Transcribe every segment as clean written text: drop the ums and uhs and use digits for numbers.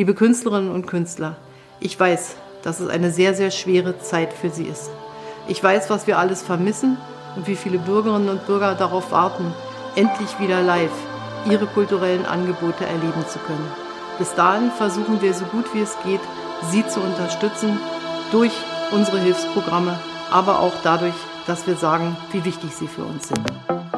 Liebe Künstlerinnen und Künstler, ich weiß, dass es eine sehr, sehr schwere Zeit für Sie ist. Ich weiß, was wir alles vermissen und wie viele Bürgerinnen und Bürger darauf warten, endlich wieder live ihre kulturellen Angebote erleben zu können. Bis dahin versuchen wir so gut wie es geht, Sie zu unterstützen durch unsere Hilfsprogramme, aber auch dadurch, dass wir sagen, wie wichtig Sie für uns sind.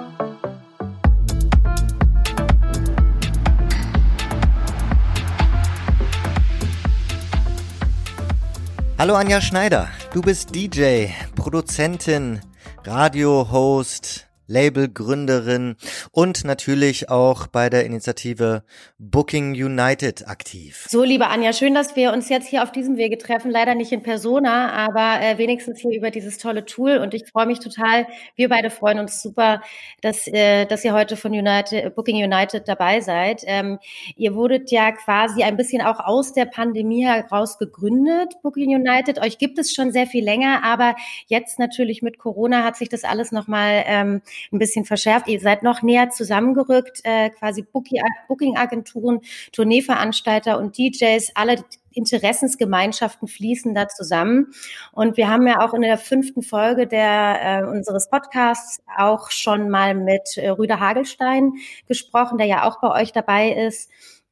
Hallo Anja Schneider, du bist DJ, Produzentin, Radio-Host, Labelgründerin und natürlich auch bei der Initiative Booking United aktiv. So, liebe Anja, schön, dass wir uns jetzt hier auf diesem Wege treffen. Leider nicht in Persona, aber wenigstens hier über dieses tolle Tool. Und ich freue mich total. Wir beide freuen uns super, dass ihr heute von Booking United dabei seid. Ihr wurdet ja quasi ein bisschen auch aus der Pandemie heraus gegründet, Booking United. Euch gibt es schon sehr viel länger, aber jetzt natürlich mit Corona hat sich das alles nochmal ein bisschen verschärft. Ihr seid noch näher zusammengerückt, quasi Booking-Agenturen, Tourneeveranstalter und DJs, alle Interessensgemeinschaften fließen da zusammen. Und wir haben ja auch in der 5. Folge unseres Podcasts auch schon mal mit Rüder Hagelstein gesprochen, der ja auch bei euch dabei ist.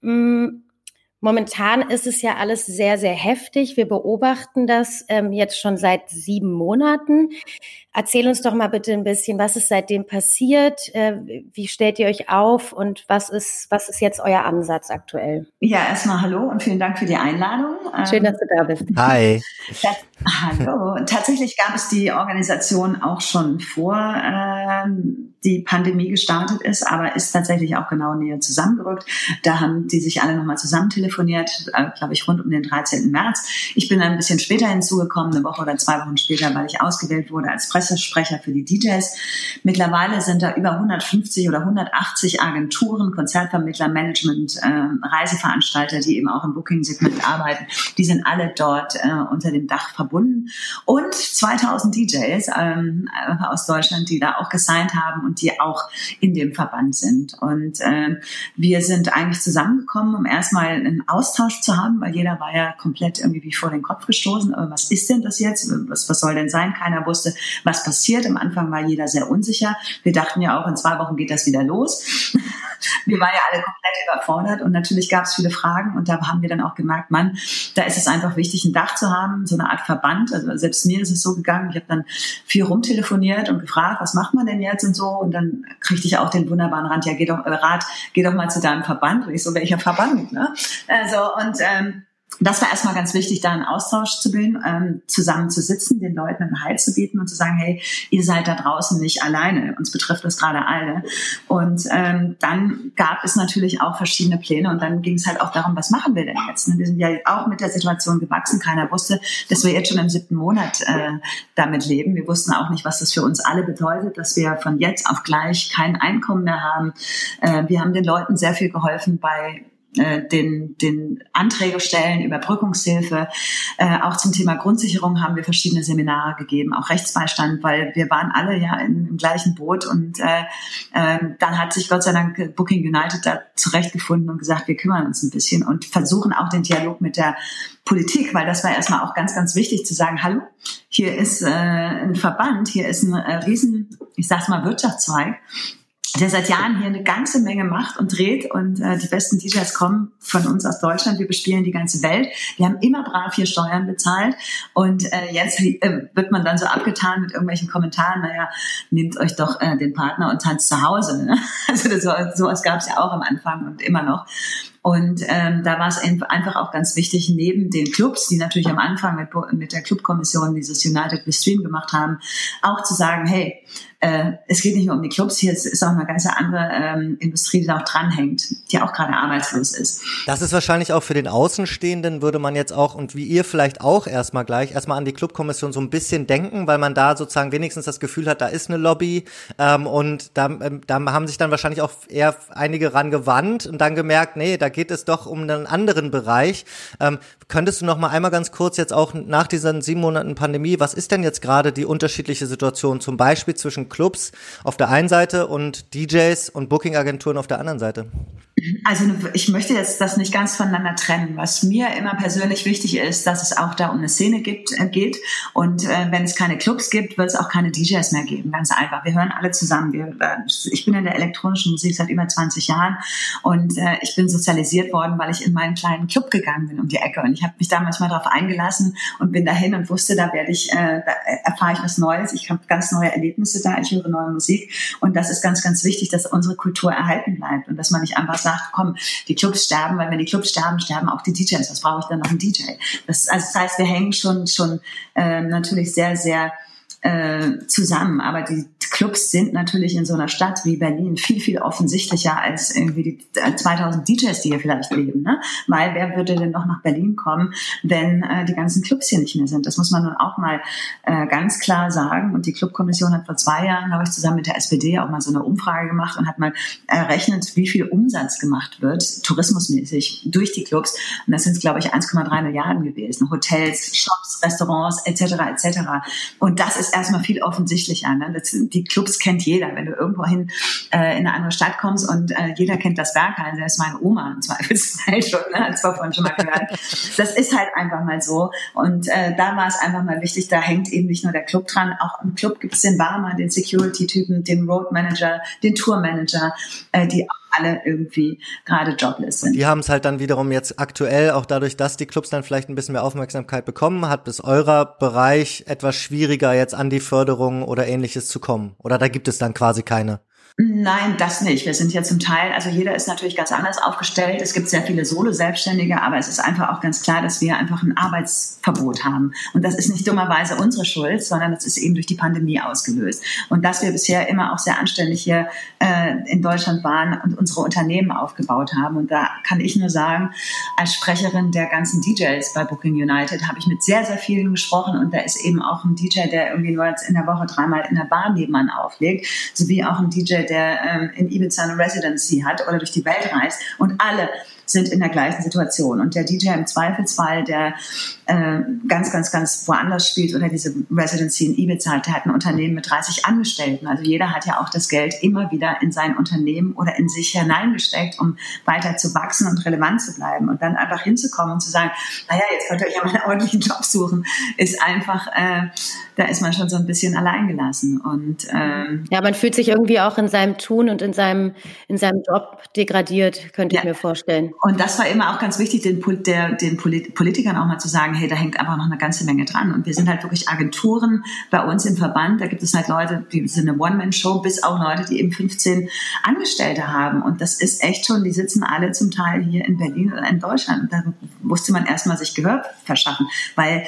Momentan ist es ja alles sehr, sehr heftig. Wir beobachten das jetzt schon seit 7 Monaten. Erzähl uns doch mal bitte ein bisschen, was ist seitdem passiert? Wie stellt ihr euch auf und was ist jetzt euer Ansatz aktuell? Ja, erstmal hallo und vielen Dank für die Einladung. Schön, dass du da bist. Hi. Hallo. Tatsächlich gab es die Organisation auch schon vor die Pandemie gestartet ist, aber ist tatsächlich auch genau näher zusammengerückt. Da haben die sich alle nochmal zusammen telefoniert, glaube ich, rund um den 13. März. Ich bin ein bisschen später hinzugekommen, 1 Woche oder 2 Wochen später, weil ich ausgewählt wurde als Pressesprecher für die DJs. Mittlerweile sind da über 150 oder 180 Agenturen, Konzertvermittler, Management, Reiseveranstalter, die eben auch im Booking-Segment arbeiten. Die sind alle dort unter dem Dach verbunden. Und 2000 DJs aus Deutschland, die da auch gesigned haben und die auch in dem Verband sind. Und wir sind eigentlich zusammengekommen, um erstmal einen Austausch zu haben, weil jeder war ja komplett irgendwie wie vor den Kopf gestoßen. Was ist denn das jetzt? Was soll denn sein? Keiner wusste, was passiert. Am Anfang war jeder sehr unsicher. Wir dachten ja auch, in 2 Wochen geht das wieder los. Wir waren ja alle komplett überfordert und natürlich gab es viele Fragen und da haben wir dann auch gemerkt, Mann, da ist es einfach wichtig, ein Dach zu haben, so eine Art Verband. Also selbst mir ist es so gegangen, ich habe dann viel rumtelefoniert und gefragt, was macht man denn jetzt und so und dann kriegte ich auch den wunderbaren Rat, geh doch mal zu deinem Verband. Und ich so, welcher Verband? Ne? Das war erstmal ganz wichtig, da einen Austausch zu bilden, zusammen zu sitzen, den Leuten einen Halt zu bieten und zu sagen, hey, ihr seid da draußen nicht alleine, uns betrifft das gerade alle. Und dann gab es natürlich auch verschiedene Pläne und dann ging es halt auch darum, was machen wir denn jetzt? Wir sind ja auch mit der Situation gewachsen, keiner wusste, dass wir jetzt schon im 7. Monat damit leben. Wir wussten auch nicht, was das für uns alle bedeutet, dass wir von jetzt auf gleich kein Einkommen mehr haben. Wir haben den Leuten sehr viel geholfen bei den Anträge stellen, Überbrückungshilfe. Auch zum Thema Grundsicherung haben wir verschiedene Seminare gegeben, auch Rechtsbeistand, weil wir waren alle ja im gleichen Boot und dann hat sich Gott sei Dank Booking United da zurechtgefunden und gesagt, wir kümmern uns ein bisschen und versuchen auch den Dialog mit der Politik, weil das war erstmal auch ganz, ganz wichtig zu sagen, hallo, hier ist ein Verband, hier ist ein riesen, ich sag's mal, Wirtschaftszweig, der seit Jahren hier eine ganze Menge macht und dreht und die besten DJs kommen von uns aus Deutschland. Wir bespielen die ganze Welt. Wir haben immer brav hier Steuern bezahlt und jetzt wird man dann so abgetan mit irgendwelchen Kommentaren, naja, nehmt euch doch den Partner und tanzt zu Hause. Ne? Also sowas gab es ja auch am Anfang und immer noch. Und da war es einfach auch ganz wichtig, neben den Clubs, die natürlich am Anfang mit der Clubkommission dieses United We Stream gemacht haben, auch zu sagen, hey, es geht nicht nur um die Clubs, hier ist auch eine ganz andere Industrie, die da auch dranhängt, die auch gerade arbeitslos ist. Das ist wahrscheinlich auch für den Außenstehenden, würde man jetzt auch, und wie ihr vielleicht auch erstmal an die Clubkommission so ein bisschen denken, weil man da sozusagen wenigstens das Gefühl hat, da ist eine Lobby und da haben sich dann wahrscheinlich auch eher einige ran gewandt und dann gemerkt, nee, da geht es doch um einen anderen Bereich. Könntest du noch mal einmal ganz kurz jetzt auch nach diesen 7 Monaten Pandemie, was ist denn jetzt gerade die unterschiedliche Situation, zum Beispiel zwischen Clubs auf der einen Seite und DJs und Booking-Agenturen auf der anderen Seite? Also ich möchte jetzt das nicht ganz voneinander trennen. Was mir immer persönlich wichtig ist, dass es auch da um eine Szene geht. Und wenn es keine Clubs gibt, wird es auch keine DJs mehr geben. Ganz einfach. Wir hören alle zusammen. Ich bin in der elektronischen Musik seit über 20 Jahren und ich bin sozialisiert worden, weil ich in meinen kleinen Club gegangen bin um die Ecke. Und ich habe mich da manchmal drauf eingelassen und bin dahin und wusste, da erfahre ich was Neues. Ich habe ganz neue Erlebnisse da. Ich höre neue Musik. Und das ist ganz, ganz wichtig, dass unsere Kultur erhalten bleibt und dass man nicht einfach sagt, komm, die Clubs sterben, weil wenn die Clubs sterben, sterben auch die DJs. Was brauche ich dann noch einen DJ? Das heißt, wir hängen schon natürlich sehr, sehr zusammen. Aber die Clubs sind natürlich in so einer Stadt wie Berlin viel, viel offensichtlicher als irgendwie die 2000 DJs, die hier vielleicht leben. Ne? Weil wer würde denn noch nach Berlin kommen, wenn die ganzen Clubs hier nicht mehr sind? Das muss man nun auch mal ganz klar sagen. Und die Clubkommission hat vor 2 Jahren, glaube ich, zusammen mit der SPD auch mal so eine Umfrage gemacht und hat mal errechnet, wie viel Umsatz gemacht wird, tourismusmäßig, durch die Clubs. Und das sind, glaube ich, 1,3 Milliarden gewesen. Hotels, Shops, Restaurants, etc., etc. Und das ist erstmal viel offensichtlicher. Ne? Die Clubs kennt jeder. Wenn du irgendwohin in eine andere Stadt kommst und jeder kennt das Berghain, selbst meine Oma im Zweifelsfall schon, ne? Hat zwar vorhin schon mal gehört. Das ist halt einfach mal so. Und da war es einfach mal wichtig, da hängt eben nicht nur der Club dran. Auch im Club gibt es den Barmann, den Security-Typen, den Road-Manager, den Tour-Manager, die auch alle irgendwie gerade jobless sind. Die haben es halt dann wiederum jetzt aktuell, auch dadurch, dass die Clubs dann vielleicht ein bisschen mehr Aufmerksamkeit bekommen, hat bis eurer Bereich etwas schwieriger jetzt an die Förderung oder Ähnliches zu kommen. Oder da gibt es dann quasi keine? Nein, das nicht. Wir sind ja zum Teil, also jeder ist natürlich ganz anders aufgestellt. Es gibt sehr viele Solo-Selbstständige, aber es ist einfach auch ganz klar, dass wir einfach ein Arbeitsverbot haben. Und das ist nicht dummerweise unsere Schuld, sondern das ist eben durch die Pandemie ausgelöst. Und dass wir bisher immer auch sehr anständig hier in Deutschland waren und unsere Unternehmen aufgebaut haben. Und da kann ich nur sagen, als Sprecherin der ganzen DJs bei Booking United habe ich mit sehr, sehr vielen gesprochen. Und da ist eben auch ein DJ, der irgendwie nur jetzt in der Woche 3-mal in der Bar nebenan auflegt, sowie auch ein DJ, der in Ibiza eine Residency hat oder durch die Welt reist, und alle sind in der gleichen Situation. Und der DJ im Zweifelsfall, der ganz, ganz, ganz woanders spielt oder diese Residency in Ibiza hat, der hat ein Unternehmen mit 30 Angestellten. Also jeder hat ja auch das Geld immer wieder in sein Unternehmen oder in sich hineingesteckt, um weiter zu wachsen und relevant zu bleiben. Und dann einfach hinzukommen und zu sagen, naja, jetzt könnt ihr euch ja mal einen ordentlichen Job suchen, ist einfach, da ist man schon so ein bisschen alleingelassen. Und ja, man fühlt sich irgendwie auch in seinem Tun und in seinem Job degradiert, könnte ich mir vorstellen. Und das war immer auch ganz wichtig, den Politikern auch mal zu sagen, hey, da hängt einfach noch eine ganze Menge dran. Und wir sind halt wirklich Agenturen bei uns im Verband. Da gibt es halt Leute, die sind eine One-Man-Show, bis auch Leute, die eben 15 Angestellte haben. Und das ist echt schon, die sitzen alle zum Teil hier in Berlin oder in Deutschland. Und da musste man erstmal sich Gehör verschaffen, weil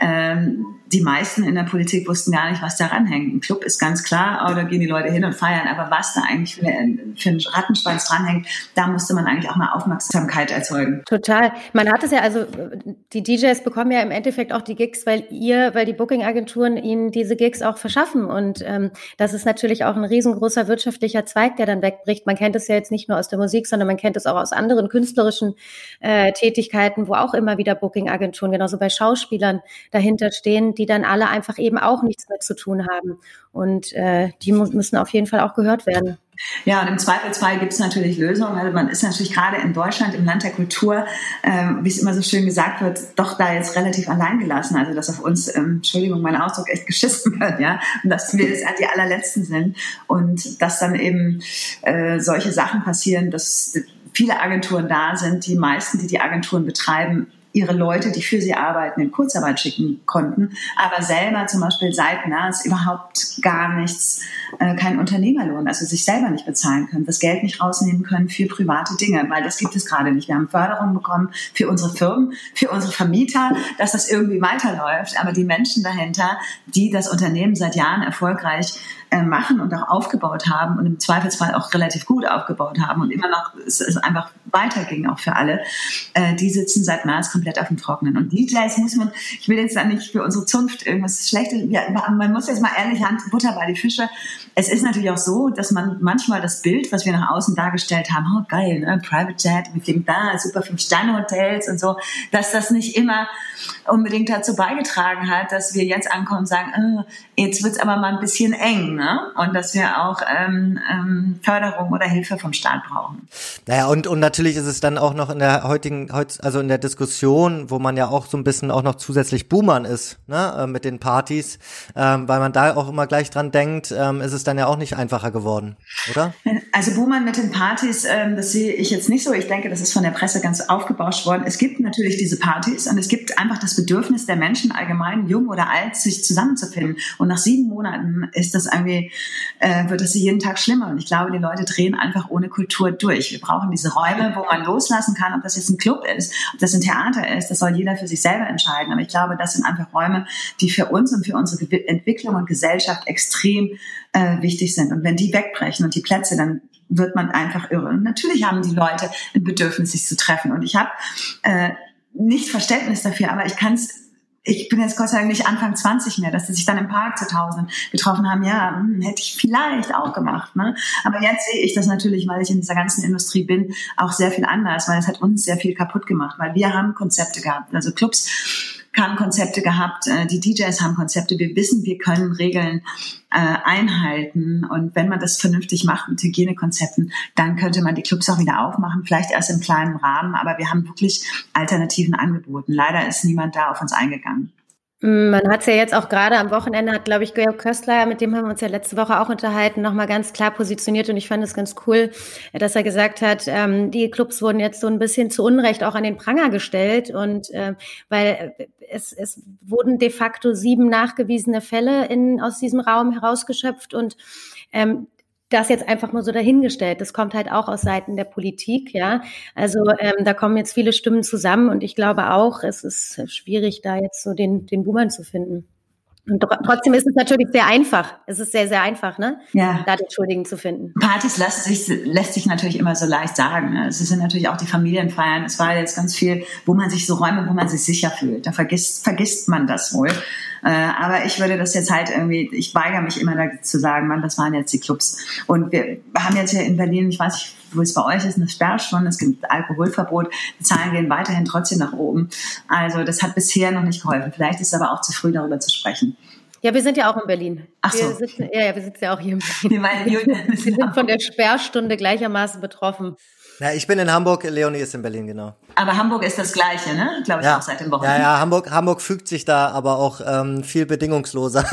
die meisten in der Politik wussten gar nicht, was daran hängt. Ein Club ist ganz klar, da gehen die Leute hin und feiern. Aber was da eigentlich für einen Rattenschwanz dranhängt, da musste man eigentlich auch mal Aufmerksamkeit erzeugen. Total. Man hat es ja, also die DJs bekommen ja im Endeffekt auch die Gigs, weil die Booking-Agenturen ihnen diese Gigs auch verschaffen. Und das ist natürlich auch ein riesengroßer wirtschaftlicher Zweig, der dann wegbricht. Man kennt es ja jetzt nicht nur aus der Musik, sondern man kennt es auch aus anderen künstlerischen Tätigkeiten, wo auch immer wieder Booking-Agenturen, genauso bei Schauspielern dahinter stehen, die dann alle einfach eben auch nichts mehr zu tun haben. Und die müssen auf jeden Fall auch gehört werden. Ja, und im Zweifelsfall gibt es natürlich Lösungen. Also man ist natürlich gerade in Deutschland, im Land der Kultur, wie es immer so schön gesagt wird, doch da jetzt relativ allein gelassen. Also dass auf uns, Entschuldigung, mein Ausdruck, echt geschissen wird, ja, und dass wir jetzt die allerletzten sind und dass dann eben solche Sachen passieren, dass viele Agenturen da sind, die meisten, die Agenturen betreiben, ihre Leute, die für sie arbeiten, in Kurzarbeit schicken konnten, aber selber zum Beispiel seit März überhaupt gar nichts, kein Unternehmerlohn, also sich selber nicht bezahlen können, das Geld nicht rausnehmen können für private Dinge, weil das gibt es gerade nicht. Wir haben Förderung bekommen für unsere Firmen, für unsere Vermieter, dass das irgendwie weiterläuft, aber die Menschen dahinter, die das Unternehmen seit Jahren erfolgreich machen und auch aufgebaut haben und im Zweifelsfall auch relativ gut aufgebaut haben und immer noch es einfach weiterging auch für alle, die sitzen seit März komplett auf dem Trockenen. Und DJs muss man, ich will jetzt da nicht für unsere Zunft irgendwas Schlechtes, man muss jetzt mal ehrlich Butter bei die Fische, es ist natürlich auch so, dass man manchmal das Bild, was wir nach außen dargestellt haben, oh geil, ne? Private Jet, wir fliegen da, super 5-Sterne-Hotels und so, dass das nicht immer unbedingt dazu beigetragen hat, dass wir jetzt ankommen und sagen, jetzt wird's aber mal ein bisschen eng, ne? Und dass wir auch Förderung oder Hilfe vom Staat brauchen. Naja, und natürlich ist es dann auch noch in der also in der Diskussion, wo man ja auch so ein bisschen auch noch zusätzlich Boomern ist, ne, mit den Partys, weil man da auch immer gleich dran denkt, ist es dann ja auch nicht einfacher geworden, oder? Also Boomern mit den Partys, das sehe ich jetzt nicht so. Ich denke, das ist von der Presse ganz aufgebauscht worden. Es gibt natürlich diese Partys und es gibt einfach das Bedürfnis der Menschen allgemein, jung oder alt, sich zusammenzufinden. Und nach 7 Monaten ist das irgendwie, wird das jeden Tag schlimmer. Und ich glaube, die Leute drehen einfach ohne Kultur durch. Wir brauchen diese Räume, wo man loslassen kann, ob das jetzt ein Club ist, ob das ein Theater ist, das soll jeder für sich selber entscheiden. Aber ich glaube, das sind einfach Räume, die für uns und für unsere Entwicklung und Gesellschaft extrem wichtig sind. Und wenn die wegbrechen und die Plätze, dann wird man einfach irre. Und natürlich haben die Leute ein Bedürfnis, sich zu treffen. Und ich habe nicht Verständnis dafür, aber ich bin jetzt Gott sei Dank nicht Anfang 20 mehr, dass sie sich dann im Park zu Tausenden getroffen haben. Ja, hätte ich vielleicht auch gemacht, ne? Aber jetzt sehe ich das natürlich, weil ich in dieser ganzen Industrie bin, auch sehr viel anders, weil es hat uns sehr viel kaputt gemacht, weil wir haben Konzepte gehabt. Also Clubs haben Konzepte gehabt, die DJs haben Konzepte. Wir wissen, wir können Regeln einhalten. Und wenn man das vernünftig macht mit Hygienekonzepten, dann könnte man die Clubs auch wieder aufmachen, vielleicht erst im kleinen Rahmen. Aber wir haben wirklich Alternativen angeboten. Leider ist niemand da auf uns eingegangen. Man hat es ja jetzt auch gerade am Wochenende, hat, glaube ich, Georg Köstler, mit dem haben wir uns ja letzte Woche auch unterhalten, nochmal ganz klar positioniert. Und ich fand es ganz cool, dass er gesagt hat, die Clubs wurden jetzt so ein bisschen zu Unrecht auch an den Pranger gestellt. Und weil es wurden de facto 7 nachgewiesene Fälle aus diesem Raum herausgeschöpft. Und das jetzt einfach mal so dahingestellt. Das kommt halt auch aus Seiten der Politik, ja. Also da kommen jetzt viele Stimmen zusammen und ich glaube auch, es ist schwierig, da jetzt so den Boomern zu finden. Und trotzdem ist es natürlich sehr einfach. Es ist sehr, sehr einfach, ne? Ja. Da den Schuldigen zu finden. Partys lässt sich natürlich immer so leicht sagen. Ne? Es sind natürlich auch die Familienfeiern. Es war jetzt ganz viel, wo man sich so Räume, wo man sich sicher fühlt. Da vergisst man das wohl. Aber ich würde das jetzt halt irgendwie, ich weigere mich immer dazu zu sagen, Mann, das waren jetzt die Clubs. Und wir haben jetzt hier in Berlin, ich weiß nicht, wo es bei euch ist, eine Sperrstunde, es gibt Alkoholverbot, die Zahlen gehen weiterhin trotzdem nach oben. Also das hat bisher noch nicht geholfen. Vielleicht ist es aber auch zu früh, darüber zu sprechen. Ja, wir sind ja auch in Berlin. Ach so. Wir sitzen ja auch hier in Berlin. Wir sind von der Sperrstunde gleichermaßen betroffen. Ja, ich bin in Hamburg, Leonie ist in Berlin, genau. Aber Hamburg ist das Gleiche, ne? Glaube ich auch seit dem Wochenende. Ja, Hamburg fügt sich da aber auch viel bedingungsloser.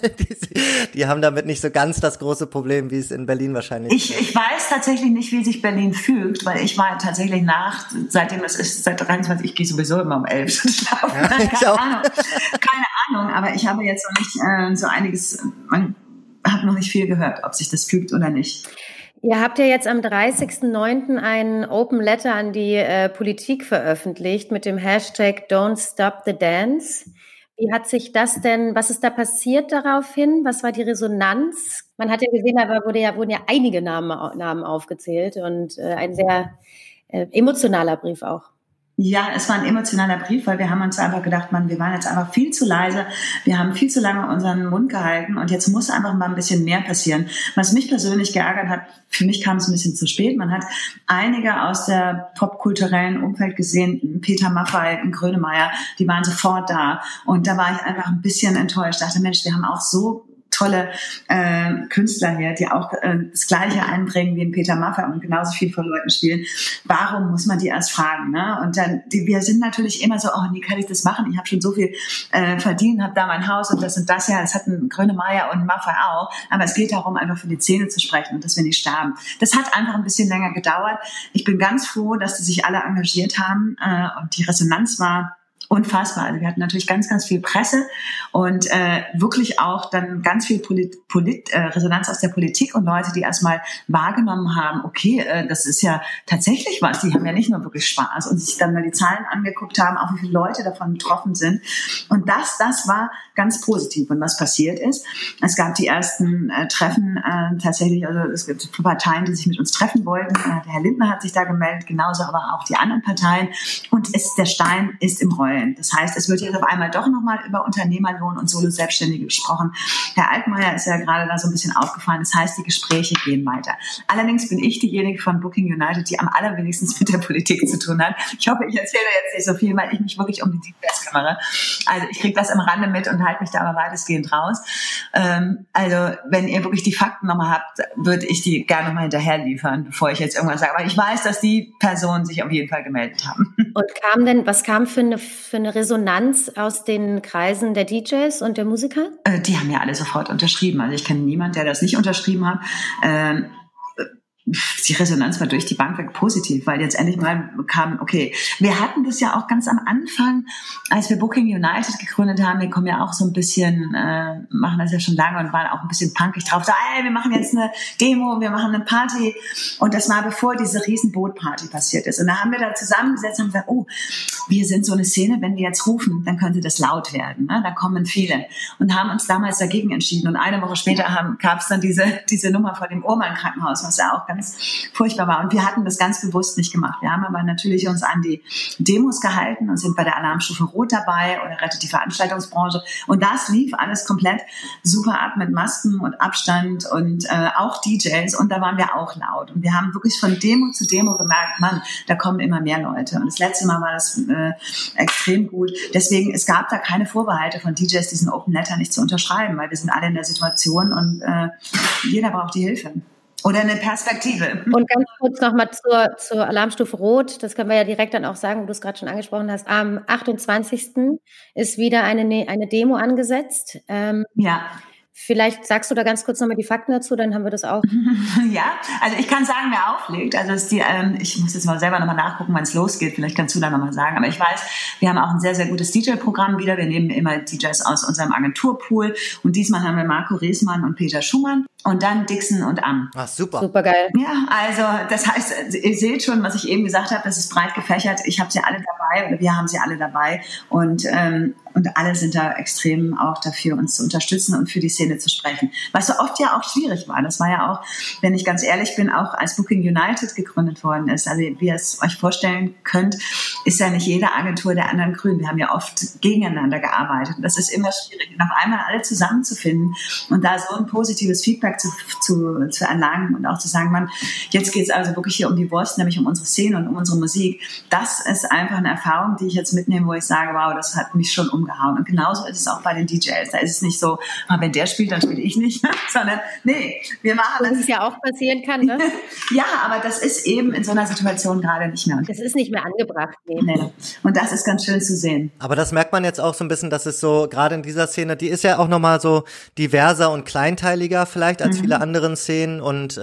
Die haben damit nicht so ganz das große Problem, wie es in Berlin wahrscheinlich ist. Ich weiß tatsächlich nicht, wie sich Berlin fügt, weil ich war tatsächlich seitdem es ist, seit 23, ich gehe sowieso immer um 11 schlafen. Ja, keine Ahnung, aber ich habe jetzt noch nicht so einiges, man hat noch nicht viel gehört, ob sich das fügt oder nicht. Ihr habt ja jetzt am 30.09. ein Open Letter an die Politik veröffentlicht mit dem Hashtag Don't Stop the Dance. Wie hat sich das denn, was ist da passiert daraufhin? Was war die Resonanz? Man hat ja gesehen, da wurden ja einige Namen aufgezählt und ein sehr emotionaler Brief auch. Ja, es war ein emotionaler Brief, weil wir haben uns einfach gedacht, wir waren jetzt einfach viel zu leise, wir haben viel zu lange unseren Mund gehalten und jetzt muss einfach mal ein bisschen mehr passieren. Was mich persönlich geärgert hat, für mich kam es ein bisschen zu spät. Man hat einige aus der popkulturellen Umfeld gesehen, Peter Maffay, Grönemeyer, die waren sofort da und da war ich einfach ein bisschen enttäuscht. Ich dachte, Mensch, wir haben auch so tolle Künstler hier, die auch das Gleiche einbringen wie ein Peter Maffay und genauso viel von Leuten spielen. Warum muss man die erst fragen? Ne? Und dann, wir sind natürlich immer so, oh, wie kann ich das machen? Ich habe schon so viel verdient, habe da mein Haus und das. Ja, das hatten Grönemeyer und Maffay auch. Aber es geht darum, einfach für die Szene zu sprechen und dass wir nicht sterben. Das hat einfach ein bisschen länger gedauert. Ich bin ganz froh, dass die sich alle engagiert haben und die Resonanz war unfassbar. Also wir hatten natürlich ganz, ganz viel Presse und wirklich auch dann ganz viel Resonanz aus der Politik und Leute, die erstmal wahrgenommen haben, okay, das ist ja tatsächlich was. Die haben ja nicht nur wirklich Spaß und sich dann mal die Zahlen angeguckt haben, auch wie viele Leute davon betroffen sind. Und das war ganz positiv. Und was passiert ist, es gab die ersten Treffen tatsächlich, also es gibt Parteien, die sich mit uns treffen wollten. Der Herr Lindner hat sich da gemeldet, genauso aber auch die anderen Parteien. Und der Stein ist im Rollen. wollen. Das heißt, es wird jetzt auf einmal doch nochmal über Unternehmerlohn und Solo-Selbstständige gesprochen. Herr Altmaier ist ja gerade da so ein bisschen aufgefallen. Das heißt, die Gespräche gehen weiter. Allerdings bin ich diejenige von Booking United, die am allerwenigsten mit der Politik zu tun hat. Ich hoffe, ich erzähle jetzt nicht so viel, weil ich mich wirklich um die DJs kümmere. Also ich kriege das im Rande mit und halte mich da aber weitestgehend raus. Also wenn ihr wirklich die Fakten nochmal habt, würde ich die gerne nochmal hinterher liefern, bevor ich jetzt irgendwas sage. Aber ich weiß, dass die Personen sich auf jeden Fall gemeldet haben. Und was kam für eine Resonanz aus den Kreisen der DJs und der Musiker? Die haben ja alle sofort unterschrieben. Also ich kenne niemanden, der das nicht unterschrieben hat. Die Resonanz war durch die Bank weg positiv, weil jetzt endlich mal kam, okay, wir hatten das ja auch ganz am Anfang, als wir Booking United gegründet haben, wir kommen ja auch so ein bisschen, machen das ja schon lange und waren auch ein bisschen punkig drauf, so, ey, wir machen jetzt eine Demo, wir machen eine Party, und das war bevor diese riesen Bootparty passiert ist, und da haben wir da zusammengesetzt und gesagt, oh, wir sind so eine Szene, wenn wir jetzt rufen, dann könnte das laut werden, ne? Da kommen viele, und haben uns damals dagegen entschieden, und eine Woche später gab es dann diese Nummer vor dem Uhrmann-Krankenhaus, was ja auch ganz furchtbar war. Und wir hatten das ganz bewusst nicht gemacht. Wir haben aber natürlich uns an die Demos gehalten und sind bei der Alarmstufe Rot dabei oder Rettet die Veranstaltungsbranche. Und das lief alles komplett super ab mit Masken und Abstand und auch DJs. Und da waren wir auch laut. Und wir haben wirklich von Demo zu Demo gemerkt, Mann, da kommen immer mehr Leute. Und das letzte Mal war das extrem gut. Deswegen, es gab da keine Vorbehalte von DJs, diesen Open Letter nicht zu unterschreiben, weil wir sind alle in der Situation und jeder braucht die Hilfe. Oder eine Perspektive. Und ganz kurz nochmal zur Alarmstufe Rot. Das können wir ja direkt dann auch sagen, wo du es gerade schon angesprochen hast. Am 28. ist wieder eine Demo angesetzt. Ja. Vielleicht sagst du da ganz kurz nochmal die Fakten dazu, dann haben wir das auch. Ja, also ich kann sagen, wer auflegt. Also ist ich muss jetzt mal selber nochmal nachgucken, wann es losgeht. Vielleicht kannst du da nochmal sagen. Aber ich weiß, wir haben auch ein sehr, sehr gutes DJ-Programm wieder. Wir nehmen immer DJs aus unserem Agenturpool. Und diesmal haben wir Marco Riesmann und Peter Schumann. Und dann Dixon und Am. Ach, super. Super geil. Ja, also das heißt, ihr seht schon, was ich eben gesagt habe, das ist breit gefächert. Ich habe sie alle dabei oder wir haben sie alle dabei. Und alle sind da extrem auch dafür, uns zu unterstützen und für die Szene zu sprechen. Was so oft ja auch schwierig war. Das war ja auch, wenn ich ganz ehrlich bin, auch als Booking United gegründet worden ist. Also wie ihr es euch vorstellen könnt, ist ja nicht jede Agentur der anderen grün. Wir haben ja oft gegeneinander gearbeitet. Und das ist immer schwierig. Und auf einmal alle zusammenzufinden und da so ein positives Feedback zu erlangen und auch zu sagen, Mann, jetzt geht es also wirklich hier um die Wurst, nämlich um unsere Szene und um unsere Musik. Das ist einfach eine Erfahrung, die ich jetzt mitnehme, wo ich sage, wow, das hat mich schon umgehauen. Und genauso ist es auch bei den DJs. Da ist es nicht so, wenn der spielt, dann spiele ich nicht, sondern nee, wir machen das. Was es ja auch passieren kann, ne? Ja, aber das ist eben in so einer Situation gerade nicht mehr. Das ist nicht mehr angebracht. Nee. Und das ist ganz schön zu sehen. Aber das merkt man jetzt auch so ein bisschen, dass es so, gerade in dieser Szene, die ist ja auch nochmal so diverser und kleinteiliger vielleicht als viele anderen Szenen und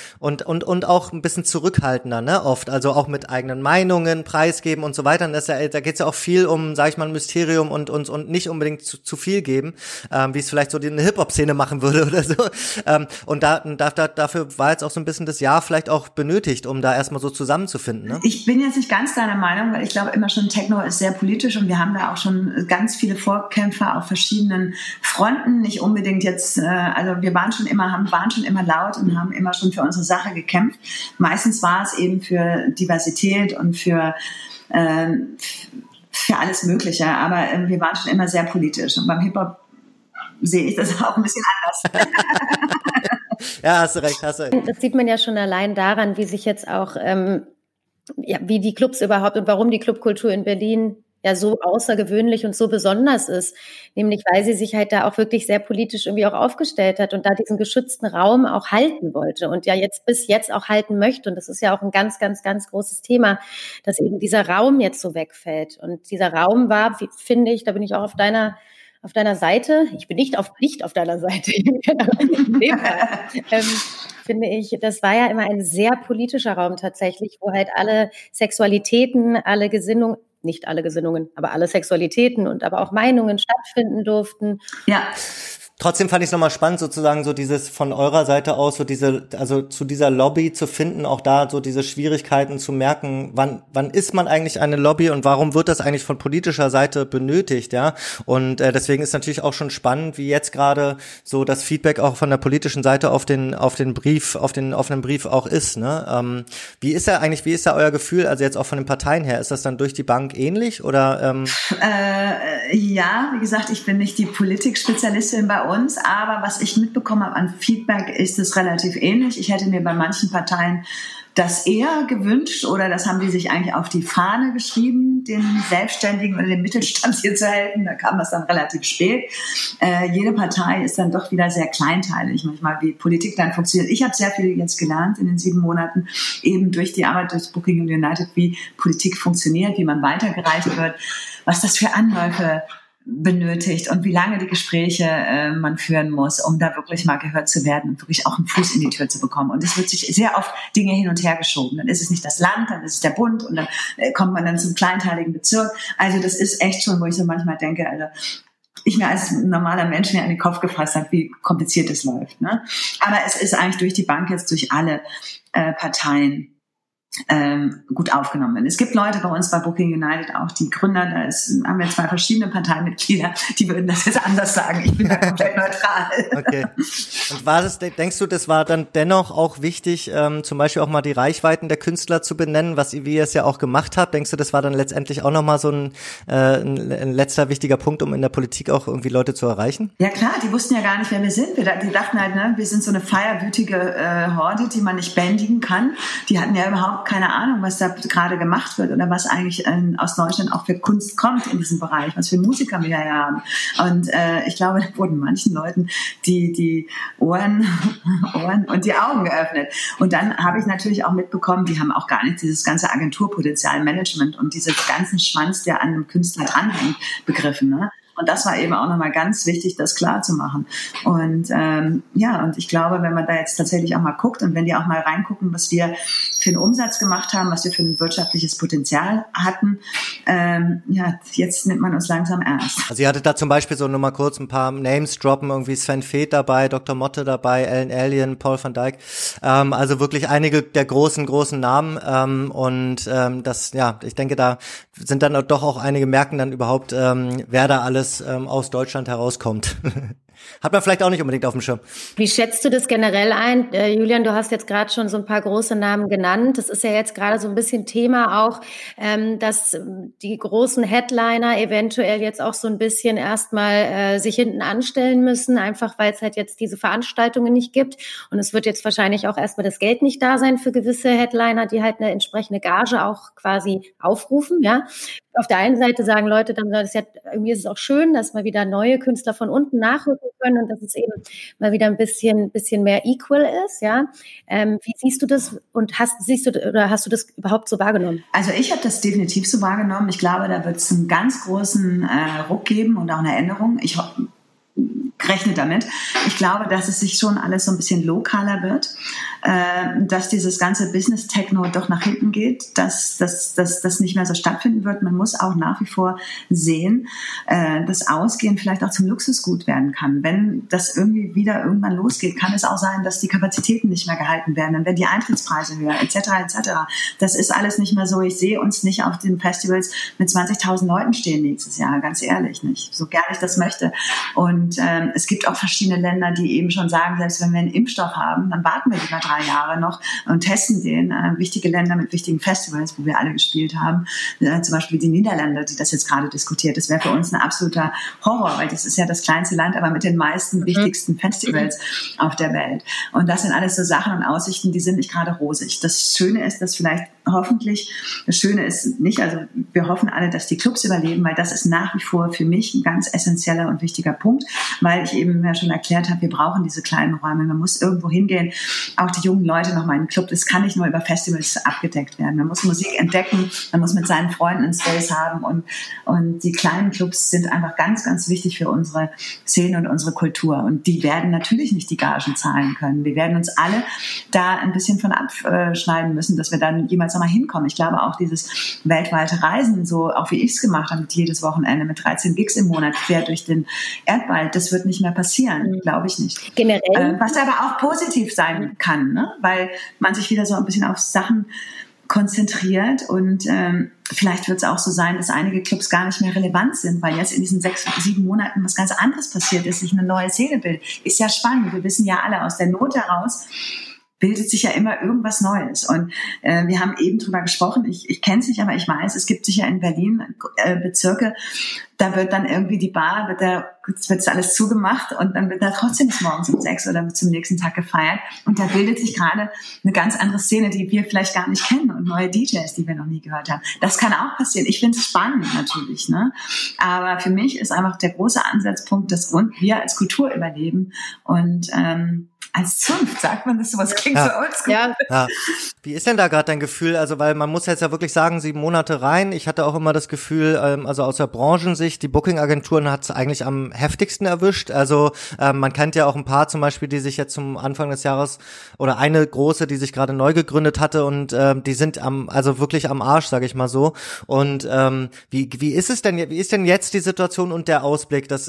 auch ein bisschen zurückhaltender, ne, oft. Also auch mit eigenen Meinungen preisgeben und so weiter. Und da geht's ja auch viel um, sag ich mal, ein Mysterium und nicht unbedingt zu viel geben, wie es vielleicht so eine Hip-Hop-Szene machen würde oder so. Und dafür war jetzt auch so ein bisschen das Jahr vielleicht auch benötigt, um da erstmal so zusammenzufinden, ne? Ich bin jetzt nicht ganz deiner Meinung, weil ich glaube immer schon, Techno ist sehr politisch und wir haben da auch schon ganz viele Vorkämpfer auf verschiedenen Fronten. Nicht unbedingt jetzt, also wir waren schon immer laut und haben immer schon für unsere Sache gekämpft. Meistens war es eben für Diversität und für alles Mögliche, aber wir waren schon immer sehr politisch und beim Hip-Hop sehe ich das auch ein bisschen anders. Ja, hast du recht. Das sieht man ja schon allein daran, wie sich jetzt auch, wie die Clubs überhaupt und warum die Clubkultur in Berlin ja so außergewöhnlich und so besonders ist. Nämlich, weil sie sich halt da auch wirklich sehr politisch irgendwie auch aufgestellt hat und da diesen geschützten Raum auch halten wollte und ja bis jetzt auch halten möchte. Und das ist ja auch ein ganz, ganz, ganz großes Thema, dass eben dieser Raum jetzt so wegfällt. Und dieser Raum war, finde ich, da bin ich auch auf deiner Seite. Ich bin nicht auf deiner Seite. Finde ich, das war ja immer ein sehr politischer Raum tatsächlich, wo halt alle Sexualitäten, alle Gesinnungen, nicht alle Gesinnungen, aber alle Sexualitäten und aber auch Meinungen stattfinden durften. Ja. Trotzdem fand ich es nochmal spannend, sozusagen so dieses von eurer Seite aus, so also zu dieser Lobby zu finden, auch da so diese Schwierigkeiten zu merken, wann ist man eigentlich eine Lobby und warum wird das eigentlich von politischer Seite benötigt, ja? Und deswegen ist natürlich auch schon spannend, wie jetzt gerade so das Feedback auch von der politischen Seite auf den offenen Brief auch ist, ne? Wie ist da euer Gefühl, also jetzt auch von den Parteien her, ist das dann durch die Bank ähnlich oder? Ja, wie gesagt, ich bin nicht die Politik-Spezialistin bei uns, aber was ich mitbekommen habe an Feedback, ist es relativ ähnlich. Ich hätte mir bei manchen Parteien das eher gewünscht oder das haben die sich eigentlich auf die Fahne geschrieben, den Selbstständigen oder dem Mittelstand hier zu helfen. Da kam das dann relativ spät. Jede Partei ist dann doch wieder sehr kleinteilig, manchmal wie Politik dann funktioniert. Ich habe sehr viel jetzt gelernt in den 7 Monaten, eben durch die Arbeit durch Booking United, wie Politik funktioniert, wie man weitergereicht wird, was das für Anläufe benötigt und wie lange die Gespräche man führen muss, um da wirklich mal gehört zu werden und wirklich auch einen Fuß in die Tür zu bekommen. Und es wird sich sehr oft Dinge hin und her geschoben. Dann ist es nicht das Land, dann ist es der Bund und dann kommt man dann zum kleinteiligen Bezirk. Also das ist echt schon, wo ich so manchmal denke, also ich mir als normaler Mensch mir an den Kopf gefasst habe, wie kompliziert es läuft. Ne? Aber es ist eigentlich durch die Bank jetzt, durch alle Parteien gut aufgenommen werden. Es gibt Leute bei uns bei Booking United auch, die Gründer, haben wir 2 verschiedene Parteimitglieder, die würden das jetzt anders sagen. Ich bin da komplett neutral. Okay. Und denkst du, das war dann dennoch auch wichtig, zum Beispiel auch mal die Reichweiten der Künstler zu benennen, wie ihr es ja auch gemacht habt? Denkst du, das war dann letztendlich auch nochmal so ein letzter wichtiger Punkt, um in der Politik auch irgendwie Leute zu erreichen? Ja klar, die wussten ja gar nicht, wer wir sind. Die dachten halt, ne, wir sind so eine feierwütige Horde, die man nicht bändigen kann. Die hatten ja überhaupt keine Ahnung, was da gerade gemacht wird oder was eigentlich aus Deutschland auch für Kunst kommt in diesem Bereich, was für Musiker wir ja haben. Und ich glaube, da wurden manchen Leuten die Ohren und die Augen geöffnet. Und dann habe ich natürlich auch mitbekommen, die haben auch gar nicht dieses ganze Agenturpotenzial, Management und diesen ganzen Schwanz, der an einem Künstler dranhängt, begriffen. Ne? Und das war eben auch nochmal ganz wichtig, das klar zu machen. Und und ich glaube, wenn man da jetzt tatsächlich auch mal guckt und wenn die auch mal reingucken, was wir für einen Umsatz gemacht haben, was wir für ein wirtschaftliches Potenzial hatten, jetzt nimmt man uns langsam ernst. Also ihr hattet da zum Beispiel so nur mal kurz ein paar Names droppen, irgendwie Sven Feth dabei, Dr. Motte dabei, Ellen Allien, Paul van Dijk, also wirklich einige der großen Namen ich denke, da sind dann doch auch einige merken dann überhaupt, wer da alles aus Deutschland herauskommt. Hat man vielleicht auch nicht unbedingt auf dem Schirm. Wie schätzt du das generell ein? Julian, du hast jetzt gerade schon so ein paar große Namen genannt. Das ist ja jetzt gerade so ein bisschen Thema auch, dass die großen Headliner eventuell jetzt auch so ein bisschen erstmal sich hinten anstellen müssen, einfach weil es halt jetzt diese Veranstaltungen nicht gibt. Und es wird jetzt wahrscheinlich auch erstmal das Geld nicht da sein für gewisse Headliner, die halt eine entsprechende Gage auch quasi aufrufen, ja. Auf der einen Seite sagen Leute dann, irgendwie ist es auch schön, dass mal wieder neue Künstler von unten nachrücken können und dass es eben mal wieder ein bisschen mehr equal ist, ja. Wie siehst du das und hast du das überhaupt so wahrgenommen? Also ich habe das definitiv so wahrgenommen. Ich glaube, da wird es einen ganz großen Ruck geben und auch eine Änderung. Ich rechne damit. Ich glaube, dass es sich schon alles so ein bisschen lokaler wird, dass dieses ganze Business-Techno doch nach hinten geht, dass das nicht mehr so stattfinden wird. Man muss auch nach wie vor sehen, dass Ausgehen vielleicht auch zum Luxusgut werden kann. Wenn das irgendwie wieder irgendwann losgeht, kann es auch sein, dass die Kapazitäten nicht mehr gehalten werden, dann werden die Eintrittspreise höher, etc. Das ist alles nicht mehr so. Ich sehe uns nicht auf den Festivals mit 20.000 Leuten stehen nächstes Jahr, ganz ehrlich nicht, so gerne ich das möchte. Und es gibt auch verschiedene Länder, die eben schon sagen, selbst wenn wir einen Impfstoff haben, dann warten wir lieber 3 Jahre noch und testen den. Wichtige Länder mit wichtigen Festivals, wo wir alle gespielt haben, zum Beispiel die Niederlande, die das jetzt gerade diskutiert. Das wäre für uns ein absoluter Horror, weil das ist ja das kleinste Land, aber mit den meisten wichtigsten Festivals auf der Welt. Und das sind alles so Sachen und Aussichten, die sind nicht gerade rosig. Das Schöne ist, dass vielleicht hoffentlich, das Schöne ist nicht, also wir hoffen alle, dass die Clubs überleben, weil das ist nach wie vor für mich ein ganz essentieller und wichtiger Punkt, weil ich eben ja schon erklärt habe, wir brauchen diese kleinen Räume, man muss irgendwo hingehen, auch die jungen Leute nochmal in den Club, das kann nicht nur über Festivals abgedeckt werden, man muss Musik entdecken, man muss mit seinen Freunden einen Space haben und die kleinen Clubs sind einfach ganz, ganz wichtig für unsere Szene und unsere Kultur und die werden natürlich nicht die Gagen zahlen können, wir werden uns alle da ein bisschen von abschneiden müssen, dass wir dann jemals Sommer mal hinkommen. Ich glaube auch dieses weltweite Reisen, so auch wie ich es gemacht habe, mit jedes Wochenende mit 13 Gigs im Monat quer durch den Erdball, das wird nicht mehr passieren, glaube ich nicht. Generell. Was aber auch positiv sein kann, ne? Weil man sich wieder so ein bisschen auf Sachen konzentriert und vielleicht wird es auch so sein, dass einige Clubs gar nicht mehr relevant sind, weil jetzt in diesen 6, 7 Monaten was ganz anderes passiert ist, sich eine neue Szene bildet. Ist ja spannend. Wir wissen ja alle, aus der Not heraus bildet sich ja immer irgendwas Neues. Und wir haben eben drüber gesprochen, ich kenne es nicht, aber ich weiß, es gibt sicher in Berlin Bezirke, da wird dann irgendwie die Bar, wird alles zugemacht und dann wird da trotzdem bis morgens um 6 oder zum nächsten Tag gefeiert. Und da bildet sich gerade eine ganz andere Szene, die wir vielleicht gar nicht kennen und neue DJs, die wir noch nie gehört haben. Das kann auch passieren. Ich finde es spannend natürlich, ne? Aber für mich ist einfach der große Ansatzpunkt, dass wir als Kultur überleben und als Zunft, sagt man das so, was klingt so oldschool. Ja. Wie ist denn da gerade dein Gefühl? Also, weil man muss jetzt ja wirklich sagen, 7 Monate rein. Ich hatte auch immer das Gefühl, also aus der Branchensicht, die Booking-Agenturen hat es eigentlich am heftigsten erwischt. Also, man kennt ja auch ein paar zum Beispiel, die sich jetzt zum Anfang des Jahres oder eine große, die sich gerade neu gegründet hatte und die sind also wirklich am Arsch, sage ich mal so. Und wie ist denn jetzt die Situation und der Ausblick? Das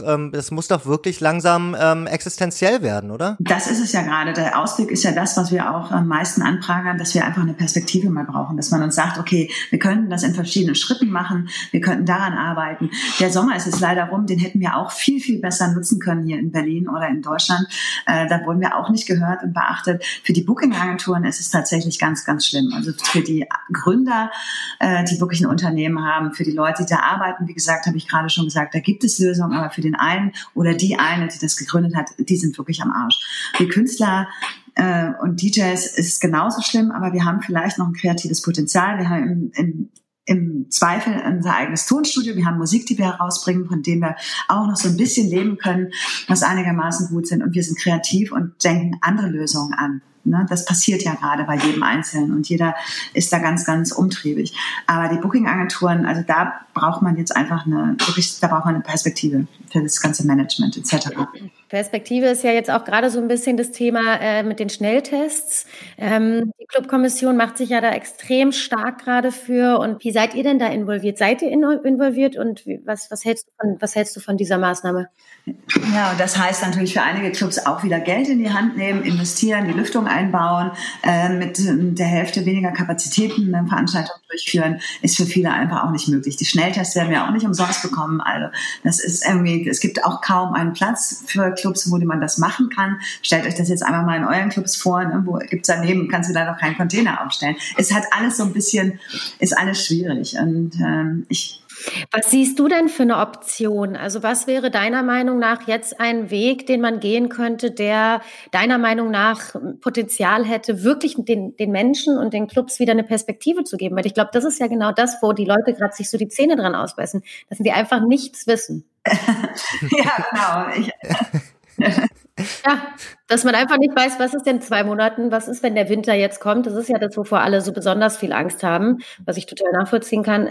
muss doch wirklich langsam existenziell werden, oder? Das ist es ja gerade. Der Ausblick ist ja das, was wir auch am meisten anprangern, dass wir einfach eine Perspektive mal brauchen, dass man uns sagt, okay, wir könnten das in verschiedenen Schritten machen, wir könnten daran arbeiten. Der Sommer ist jetzt leider rum, den hätten wir auch viel, viel besser nutzen können hier in Berlin oder in Deutschland. Da wurden wir auch nicht gehört und beachtet. Für die Booking-Agenturen ist es tatsächlich ganz, ganz schlimm. Also für die Gründer, die wirklich ein Unternehmen haben, für die Leute, die da arbeiten, wie gesagt, habe ich gerade schon gesagt, da gibt es Lösungen, aber für den einen oder die eine, die das gegründet hat, die sind wirklich am Arsch. Die Künstler und DJs ist es genauso schlimm, aber wir haben vielleicht noch ein kreatives Potenzial. Wir haben im Zweifel unser eigenes Tonstudio. Wir haben Musik, die wir herausbringen, von dem wir auch noch so ein bisschen leben können, was einigermaßen gut sind. Und wir sind kreativ und denken andere Lösungen an. Das passiert ja gerade bei jedem Einzelnen und jeder ist da ganz, ganz umtriebig. Aber die Booking-Agenturen, also da braucht man jetzt einfach eine Perspektive für das ganze Management etc. Perspektive ist ja jetzt auch gerade so ein bisschen das Thema mit den Schnelltests. Die Clubkommission macht sich ja da extrem stark gerade für. Und wie seid ihr denn da involviert? Seid ihr involviert und was hältst du von dieser Maßnahme? Ja, und das heißt natürlich für einige Clubs auch wieder Geld in die Hand nehmen, investieren, die Lüftung einbauen, mit der Hälfte weniger Kapazitäten eine Veranstaltung durchführen, ist für viele einfach auch nicht möglich. Die Schnelltests werden wir auch nicht umsonst bekommen. Also das ist irgendwie, es gibt auch kaum einen Platz für Clubs, wo man das machen kann. Stellt euch das jetzt einmal mal in euren Clubs vor, ne? Wo gibt's daneben, kannst du da noch keinen Container aufstellen. Es hat alles so ein bisschen, ist alles schwierig und Was siehst du denn für eine Option? Also was wäre deiner Meinung nach jetzt ein Weg, den man gehen könnte, der deiner Meinung nach Potenzial hätte, wirklich den Menschen und den Clubs wieder eine Perspektive zu geben? Weil ich glaube, das ist ja genau das, wo die Leute gerade sich so die Zähne dran ausbeißen, dass sie einfach nichts wissen. Ja, genau. Ja, dass man einfach nicht weiß, was ist denn in 2 Monaten, was ist, wenn der Winter jetzt kommt. Das ist ja das, wovor alle so besonders viel Angst haben, was ich total nachvollziehen kann.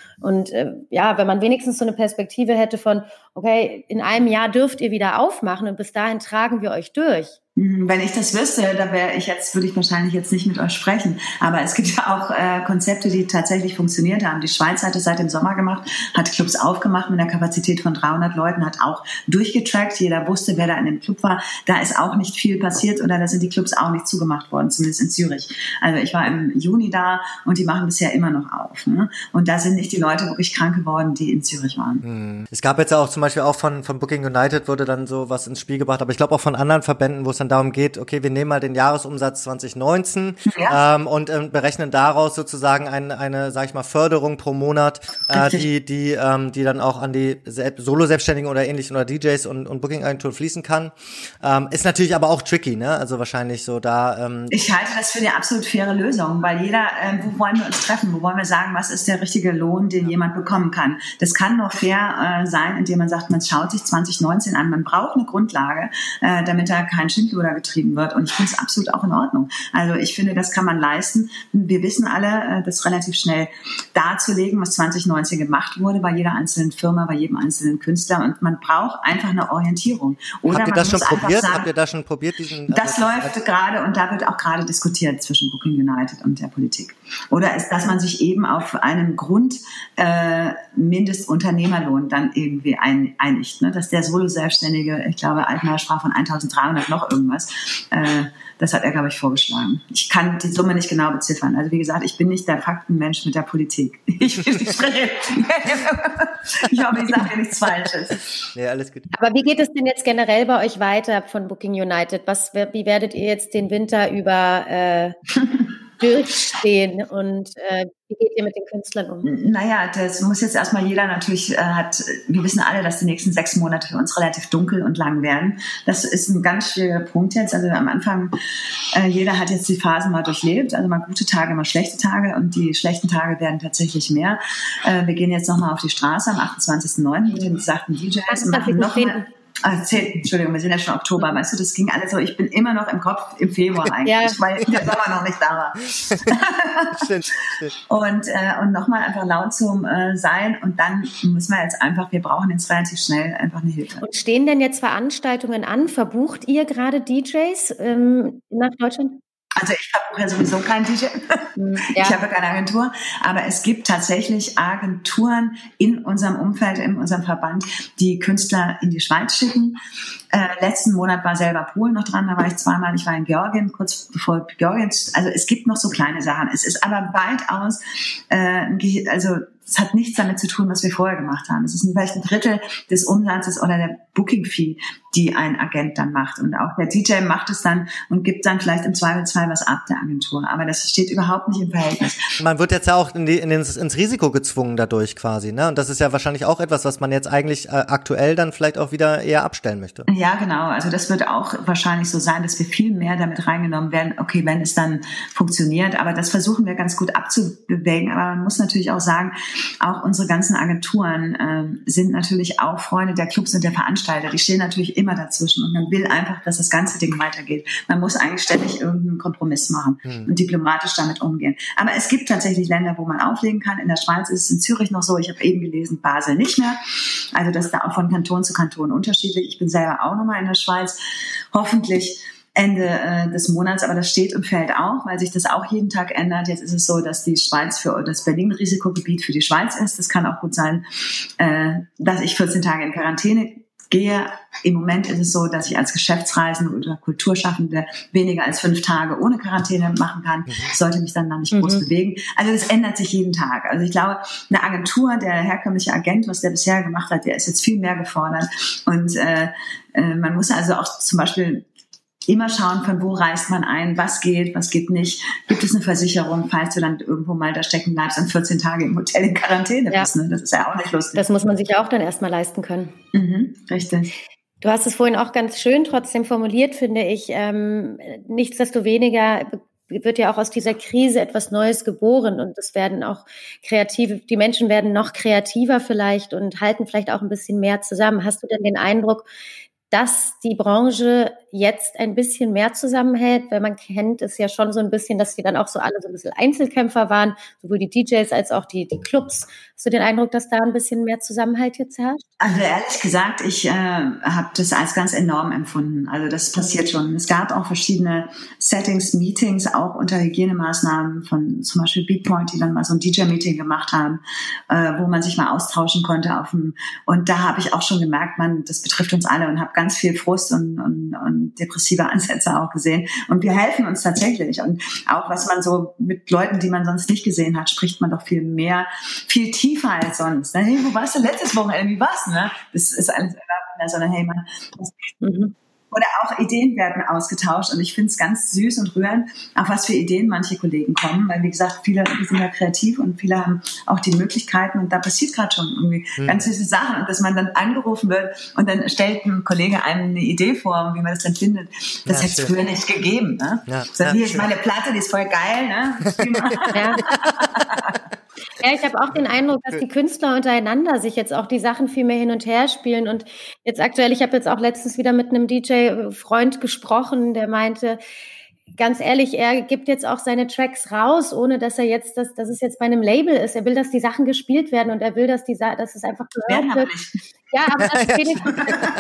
Wenn man wenigstens so eine Perspektive hätte von, okay, in einem Jahr dürft ihr wieder aufmachen und bis dahin tragen wir euch durch. Wenn ich das wüsste, würde ich wahrscheinlich jetzt nicht mit euch sprechen. Aber es gibt ja auch Konzepte, die tatsächlich funktioniert haben. Die Schweiz hat es seit dem Sommer gemacht, hat Clubs aufgemacht mit einer Kapazität von 300 Leuten, hat auch durchgetrackt. Jeder wusste, wer da in dem Club war. Da ist auch nicht viel passiert oder da sind die Clubs auch nicht zugemacht worden, zumindest in Zürich. Also ich war im Juni da und die machen bisher immer noch auf. Ne? Und da sind nicht die Leute wirklich krank geworden, die in Zürich waren. Es gab jetzt auch zum Beispiel auch von Booking United wurde dann so was ins Spiel gebracht, aber ich glaube auch von anderen Verbänden, wo es dann darum geht, okay, wir nehmen mal den Jahresumsatz 2019 und berechnen daraus sozusagen eine, sag ich mal, Förderung pro Monat, die dann auch an die Solo-Selbstständigen oder ähnlichen oder DJs und Booking-Agenturen fließen kann. Ist natürlich aber auch tricky, ne? Also wahrscheinlich so da. Ich halte das für eine absolut faire Lösung, weil jeder, wo wollen wir uns treffen? Wo wollen wir sagen, was ist der richtige Lohn, den jemand bekommen kann? Das kann nur fair sein, indem man sagt, man schaut sich 2019 an. Man braucht eine Grundlage, damit da kein Schindluder getrieben wird. Und ich finde es absolut auch in Ordnung. Also ich finde, das kann man leisten. Wir wissen alle, das relativ schnell darzulegen, was 2019 gemacht wurde bei jeder einzelnen Firma, bei jedem einzelnen Künstler. Und man braucht einfach eine Orientierung. Oder Habt ihr das schon probiert? Sagen, habt ihr da schon probiert? Das läuft gerade und da wird auch gerade diskutiert zwischen Booking United und der Politik. Oder ist, dass man sich eben auf einen Grundmindestesunternehmerlohn dann irgendwie einigt, ne? Dass der Solo-Selbstständige, ich glaube, Altmaier sprach von 1.300 noch irgendwas, das hat er, glaube ich, vorgeschlagen. Ich kann die Summe nicht genau beziffern. Also wie gesagt, ich bin nicht der Faktenmensch mit der Politik. Ich spreche. Ich hoffe, ich sage nichts Falsches. Nee, alles gut. Aber wie geht es denn jetzt generell bei euch weiter von Booking United? Wie werdet ihr jetzt den Winter über durchstehen und wie geht ihr mit den Künstlern um? Naja, das muss jetzt erstmal jeder natürlich wir wissen alle, dass die nächsten 6 Monate für uns relativ dunkel und lang werden. Das ist ein ganz schwieriger Punkt jetzt. Also am Anfang, jeder hat jetzt die Phasen mal durchlebt, also mal gute Tage, mal schlechte Tage und die schlechten Tage werden tatsächlich mehr. Wir gehen jetzt nochmal auf die Straße am 28.09. mit den besagten DJs und machen nochmal. 10. Entschuldigung, wir sind ja schon Oktober, weißt du, das ging alles so, ich bin immer noch im Kopf im Februar eigentlich, weil der Sommer noch nicht da war. Stimmt. Und nochmal einfach laut zum sein und dann müssen wir jetzt einfach, wir brauchen jetzt relativ schnell einfach eine Hilfe. Und stehen denn jetzt Veranstaltungen an? Verbucht ihr gerade DJs nach Deutschland? Also ich verbuche ja sowieso keinen DJ. Ja. Ich habe keine Agentur. Aber es gibt tatsächlich Agenturen in unserem Umfeld, in unserem Verband, die Künstler in die Schweiz schicken. Letzten Monat war selber Polen noch dran, da war ich zweimal. Ich war in Georgien, kurz bevor Georgien. Also es gibt noch so kleine Sachen. Es ist aber weitaus, es hat nichts damit zu tun, was wir vorher gemacht haben. Es ist vielleicht ein Drittel des Umsatzes oder der Booking-Fee, die ein Agent dann macht. Und auch der DJ macht es dann und gibt dann vielleicht im Zweifelsfall was ab der Agentur. Aber das steht überhaupt nicht im Verhältnis. Man wird jetzt ja auch ins Risiko gezwungen dadurch quasi, ne? Und das ist ja wahrscheinlich auch etwas, was man jetzt eigentlich aktuell dann vielleicht auch wieder eher abstellen möchte. Ja, genau. Also das wird auch wahrscheinlich so sein, dass wir viel mehr damit reingenommen werden. Okay, wenn es dann funktioniert. Aber das versuchen wir ganz gut abzuwägen. Aber man muss natürlich auch sagen, auch unsere ganzen Agenturen sind natürlich auch Freunde der Clubs und der Veranstalter. Die stehen natürlich immer dazwischen und man will einfach, dass das ganze Ding weitergeht. Man muss eigentlich ständig irgendeinen Kompromiss machen und diplomatisch damit umgehen. Aber es gibt tatsächlich Länder, wo man auflegen kann. In der Schweiz ist es in Zürich noch so. Ich habe eben gelesen, Basel nicht mehr. Also das ist da auch von Kanton zu Kanton unterschiedlich. Ich bin selber auch nochmal in der Schweiz. Hoffentlich Ende des Monats, aber das steht und fällt auch, weil sich das auch jeden Tag ändert. Jetzt ist es so, dass die Schweiz für das Berlin-Risikogebiet für die Schweiz ist. Das kann auch gut sein, dass ich 14 Tage in Quarantäne gehe. Im Moment ist es so, dass ich als Geschäftsreisende oder Kulturschaffende weniger als 5 Tage ohne Quarantäne machen kann. Ich sollte mich dann nicht groß bewegen. Also das ändert sich jeden Tag. Also ich glaube, eine Agentur, der herkömmliche Agent, was der bisher gemacht hat, der ist jetzt viel mehr gefordert. Und man muss also auch zum Beispiel immer schauen, von wo reist man ein, was geht nicht. Gibt es eine Versicherung, falls du dann irgendwo mal da stecken bleibst und 14 Tage im Hotel in Quarantäne bist. Ne? Das ist ja auch nicht lustig. Das muss man sich ja auch dann erstmal leisten können. Richtig. Du hast es vorhin auch ganz schön trotzdem formuliert, finde ich. Nichtsdestoweniger wird ja auch aus dieser Krise etwas Neues geboren und es werden auch die Menschen werden noch kreativer vielleicht und halten vielleicht auch ein bisschen mehr zusammen. Hast du denn den Eindruck, dass die Branche jetzt ein bisschen mehr zusammenhält, weil man kennt es ja schon so ein bisschen, dass die dann auch so alle so ein bisschen Einzelkämpfer waren, sowohl die DJs als auch die Clubs. Hast du den Eindruck, dass da ein bisschen mehr Zusammenhalt jetzt herrscht? Also ehrlich gesagt, ich habe das als ganz enorm empfunden. Also das passiert schon. Es gab auch verschiedene Settings, Meetings, auch unter Hygienemaßnahmen von zum Beispiel Beatpoint, die dann mal so ein DJ-Meeting gemacht haben, wo man sich mal austauschen konnte und da habe ich auch schon gemerkt, das betrifft uns alle und habe ganz viel Frust und depressive Ansätze auch gesehen. Und wir helfen uns tatsächlich. Und auch was man so mit Leuten, die man sonst nicht gesehen hat, spricht man doch viel mehr, viel tiefer als sonst. Hey, wo warst du letztes Wochenende? Wie war's, ne? Das ist alles mehr, sondern hey, oder auch Ideen werden ausgetauscht und ich finde es ganz süß und rührend, auf was für Ideen manche Kollegen kommen, weil wie gesagt, viele sind ja kreativ und viele haben auch die Möglichkeiten und da passiert gerade schon irgendwie ganz süße Sachen und dass man dann angerufen wird und dann stellt ein Kollege einem eine Idee vor, wie man das dann findet. Das hätte es früher nicht gegeben. Ne? Hier ist meine Platte, die ist voll geil. Ne? Ja, ich habe auch den Eindruck, dass die Künstler untereinander sich jetzt auch die Sachen viel mehr hin und her spielen und jetzt aktuell, ich habe jetzt auch letztens wieder mit einem DJ-Freund gesprochen, der meinte, ganz ehrlich, er gibt jetzt auch seine Tracks raus, ohne dass er jetzt, dass es jetzt bei einem Label ist. Er will, dass die Sachen gespielt werden und er will, dass es einfach gehört wird. Ja, aber dass es wenigstens,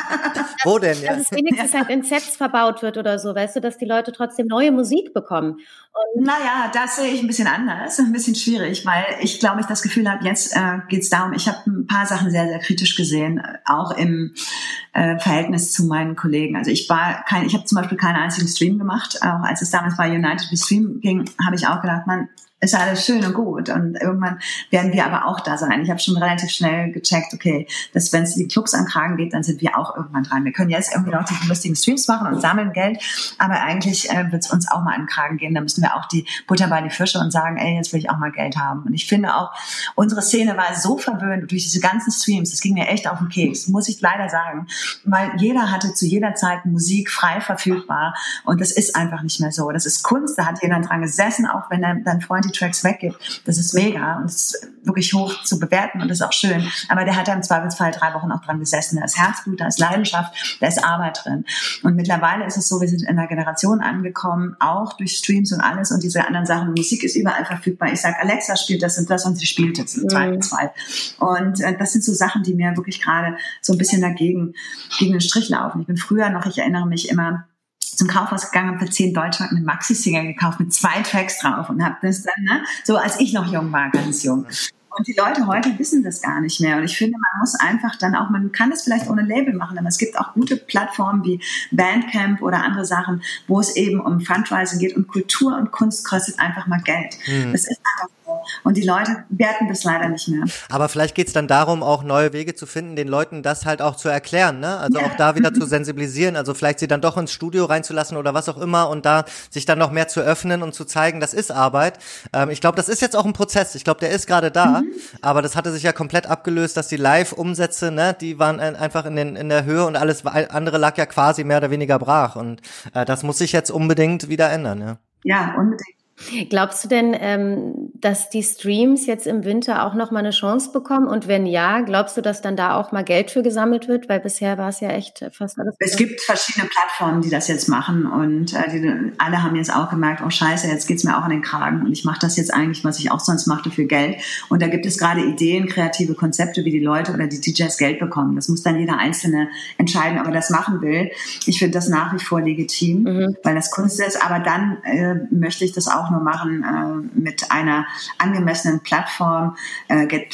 Wo denn, ja? dass es wenigstens halt in Sets verbaut wird oder so, weißt du, dass die Leute trotzdem neue Musik bekommen. Und naja, das sehe ich ein bisschen anders, ein bisschen schwierig, weil ich glaube, ich das Gefühl habe, jetzt geht es darum, ich habe ein paar Sachen sehr, sehr kritisch gesehen, auch im Verhältnis zu meinen Kollegen. Also ich habe zum Beispiel keinen einzigen Stream gemacht, auch als es damals bei United We Stream ging, habe ich auch gedacht, man, ist alles schön und gut und irgendwann werden wir aber auch da sein. Ich habe schon relativ schnell gecheckt, okay, dass wenn es die Clubs an Kragen geht, dann sind wir auch irgendwann dran. Wir können jetzt irgendwie noch die lustigen Streams machen und sammeln Geld, aber eigentlich wird es uns auch mal an den Kragen gehen. Da müssen wir auch die Butter bei die Fische und sagen, ey, jetzt will ich auch mal Geld haben. Und ich finde auch, unsere Szene war so verwöhnt durch diese ganzen Streams, das ging mir echt auf den Keks, muss ich leider sagen, weil jeder hatte zu jeder Zeit Musik frei verfügbar und das ist einfach nicht mehr so. Das ist Kunst, da hat jeder dran gesessen, auch wenn dein Freund die Tracks weggibt. Das ist mega und es ist wirklich hoch zu bewerten und das ist auch schön. Aber der hat da im Zweifelsfall 3 Wochen auch dran gesessen. Da ist Herzblut, da ist Leidenschaft, da ist Arbeit drin. Und mittlerweile ist es so, wir sind in einer Generation angekommen, auch durch Streams und alles und diese anderen Sachen. Musik ist überall verfügbar. Ich sage, Alexa spielt das und das und sie spielt es im Zweifelsfall. Und das sind so Sachen, die mir wirklich gerade so ein bisschen gegen den Strich laufen. Ich bin früher noch, ich erinnere mich immer, zum Kaufhaus gegangen, habe für 10 Deutschmark einen Maxi-Singer gekauft mit 2 Tracks drauf und habe das dann, so als ich noch jung war, ganz jung. Und die Leute heute wissen das gar nicht mehr. Und ich finde, man muss einfach dann auch, man kann das vielleicht ohne Label machen, aber es gibt auch gute Plattformen wie Bandcamp oder andere Sachen, wo es eben um Fundraising geht und Kultur und Kunst kostet einfach mal Geld. Das ist einfach so. Und die Leute werten das leider nicht mehr. Aber vielleicht geht's dann darum, auch neue Wege zu finden, den Leuten das halt auch zu erklären, ne? Also auch da wieder zu sensibilisieren, also vielleicht sie dann doch ins Studio reinzulassen oder was auch immer und da sich dann noch mehr zu öffnen und zu zeigen, das ist Arbeit. Ich glaube, das ist jetzt auch ein Prozess. Ich glaube, der ist gerade da, aber das hatte sich ja komplett abgelöst, dass die Live-Umsätze, ne, die waren einfach in der Höhe und alles andere lag ja quasi mehr oder weniger brach und das muss sich jetzt unbedingt wieder ändern, ja. Ja, unbedingt. Glaubst du denn, dass die Streams jetzt im Winter auch noch mal eine Chance bekommen? Und wenn ja, glaubst du, dass dann da auch mal Geld für gesammelt wird? Weil bisher war es ja echt fast alles. Es gibt verschiedene Plattformen, die das jetzt machen und alle haben jetzt auch gemerkt, oh Scheiße, jetzt geht's mir auch an den Kragen und ich mache das jetzt eigentlich, was ich auch sonst machte, für Geld. Und da gibt es gerade Ideen, kreative Konzepte, wie die Leute oder die DJs Geld bekommen. Das muss dann jeder Einzelne entscheiden, ob er das machen will. Ich finde das nach wie vor legitim, weil das Kunst ist. Aber dann möchte ich das auch nur machen mit einer angemessenen Plattform, Get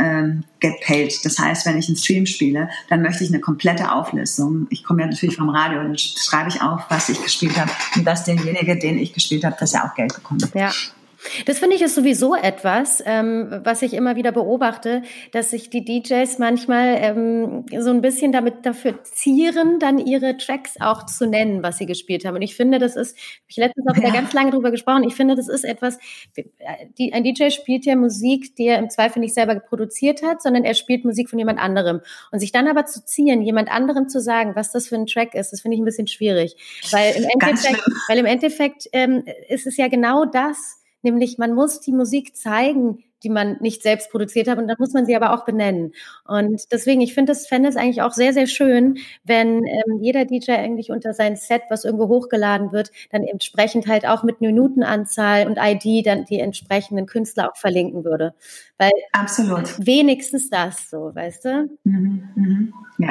Paid. Das heißt, wenn ich einen Stream spiele, dann möchte ich eine komplette Auflistung. Ich komme ja natürlich vom Radio und dann schreibe ich auf, was ich gespielt habe und dass derjenige, den ich gespielt habe, dass er auch Geld bekommt. Ja. Das finde ich ist sowieso etwas, was ich immer wieder beobachte, dass sich die DJs manchmal so ein bisschen dafür zieren, dann ihre Tracks auch zu nennen, was sie gespielt haben. Und ich finde, das ist, habe ich letztens auch wieder ganz lange drüber gesprochen, ich finde, das ist etwas, ein DJ spielt ja Musik, die er im Zweifel nicht selber produziert hat, sondern er spielt Musik von jemand anderem. Und sich dann aber zu zieren, jemand anderem zu sagen, was das für ein Track ist, das finde ich ein bisschen schwierig. Weil im Endeffekt ist es ja genau das, nämlich man muss die Musik zeigen, die man nicht selbst produziert hat und dann muss man sie aber auch benennen. Und deswegen, fände es eigentlich auch sehr, sehr schön, wenn jeder DJ eigentlich unter sein Set, was irgendwo hochgeladen wird, dann entsprechend halt auch mit Minutenanzahl und ID dann die entsprechenden Künstler auch verlinken würde. Weil absolut. Wenigstens das so, weißt du? Ja.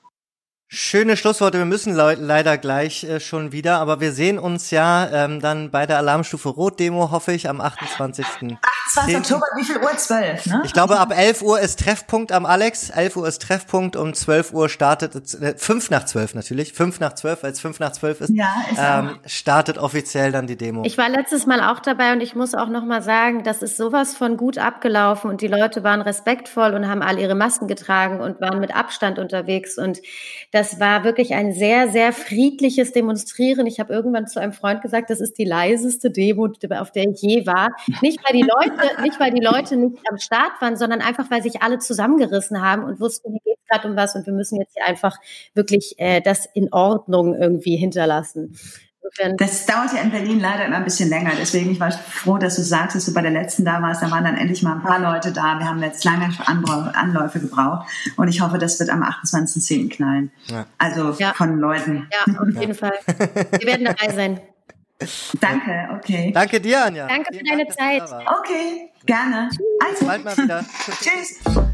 Schöne Schlussworte. Wir müssen leider gleich schon wieder, aber wir sehen uns ja dann bei der Alarmstufe Rot Demo, hoffe ich, am 28. 28. Oktober, wie viel Uhr? 12, ne? Ich glaube, ab 11 Uhr ist Treffpunkt am Alex. 11 Uhr ist Treffpunkt, um 12 Uhr startet, 5 nach 12 natürlich, 5 nach 12, weil es 5 nach 12 ist, startet offiziell dann die Demo. Ich war letztes Mal auch dabei und ich muss auch noch mal sagen, das ist sowas von gut abgelaufen und die Leute waren respektvoll und haben alle ihre Masken getragen und waren mit Abstand unterwegs und das war wirklich ein sehr, sehr friedliches Demonstrieren. Ich habe irgendwann zu einem Freund gesagt, das ist die leiseste Demo, auf der ich je war. Nicht, weil die Leute nicht am Start waren, sondern einfach, weil sich alle zusammengerissen haben und wussten, hier geht es gerade um was und wir müssen jetzt hier einfach wirklich das in Ordnung irgendwie hinterlassen. Das dauert ja in Berlin leider immer ein bisschen länger. Deswegen, ich war froh, dass du sagst, dass du bei der letzten da warst. Da waren dann endlich mal ein paar Leute da. Wir haben jetzt lange Anläufe gebraucht. Und ich hoffe, das wird am 28.10. knallen. Ja. Also von Leuten. Ja, auf jeden Fall. Wir werden dabei sein. Danke, okay. Danke dir, Anja. Danke für deine Zeit. Okay, gerne. Also. Bis bald mal wieder. Tschüss.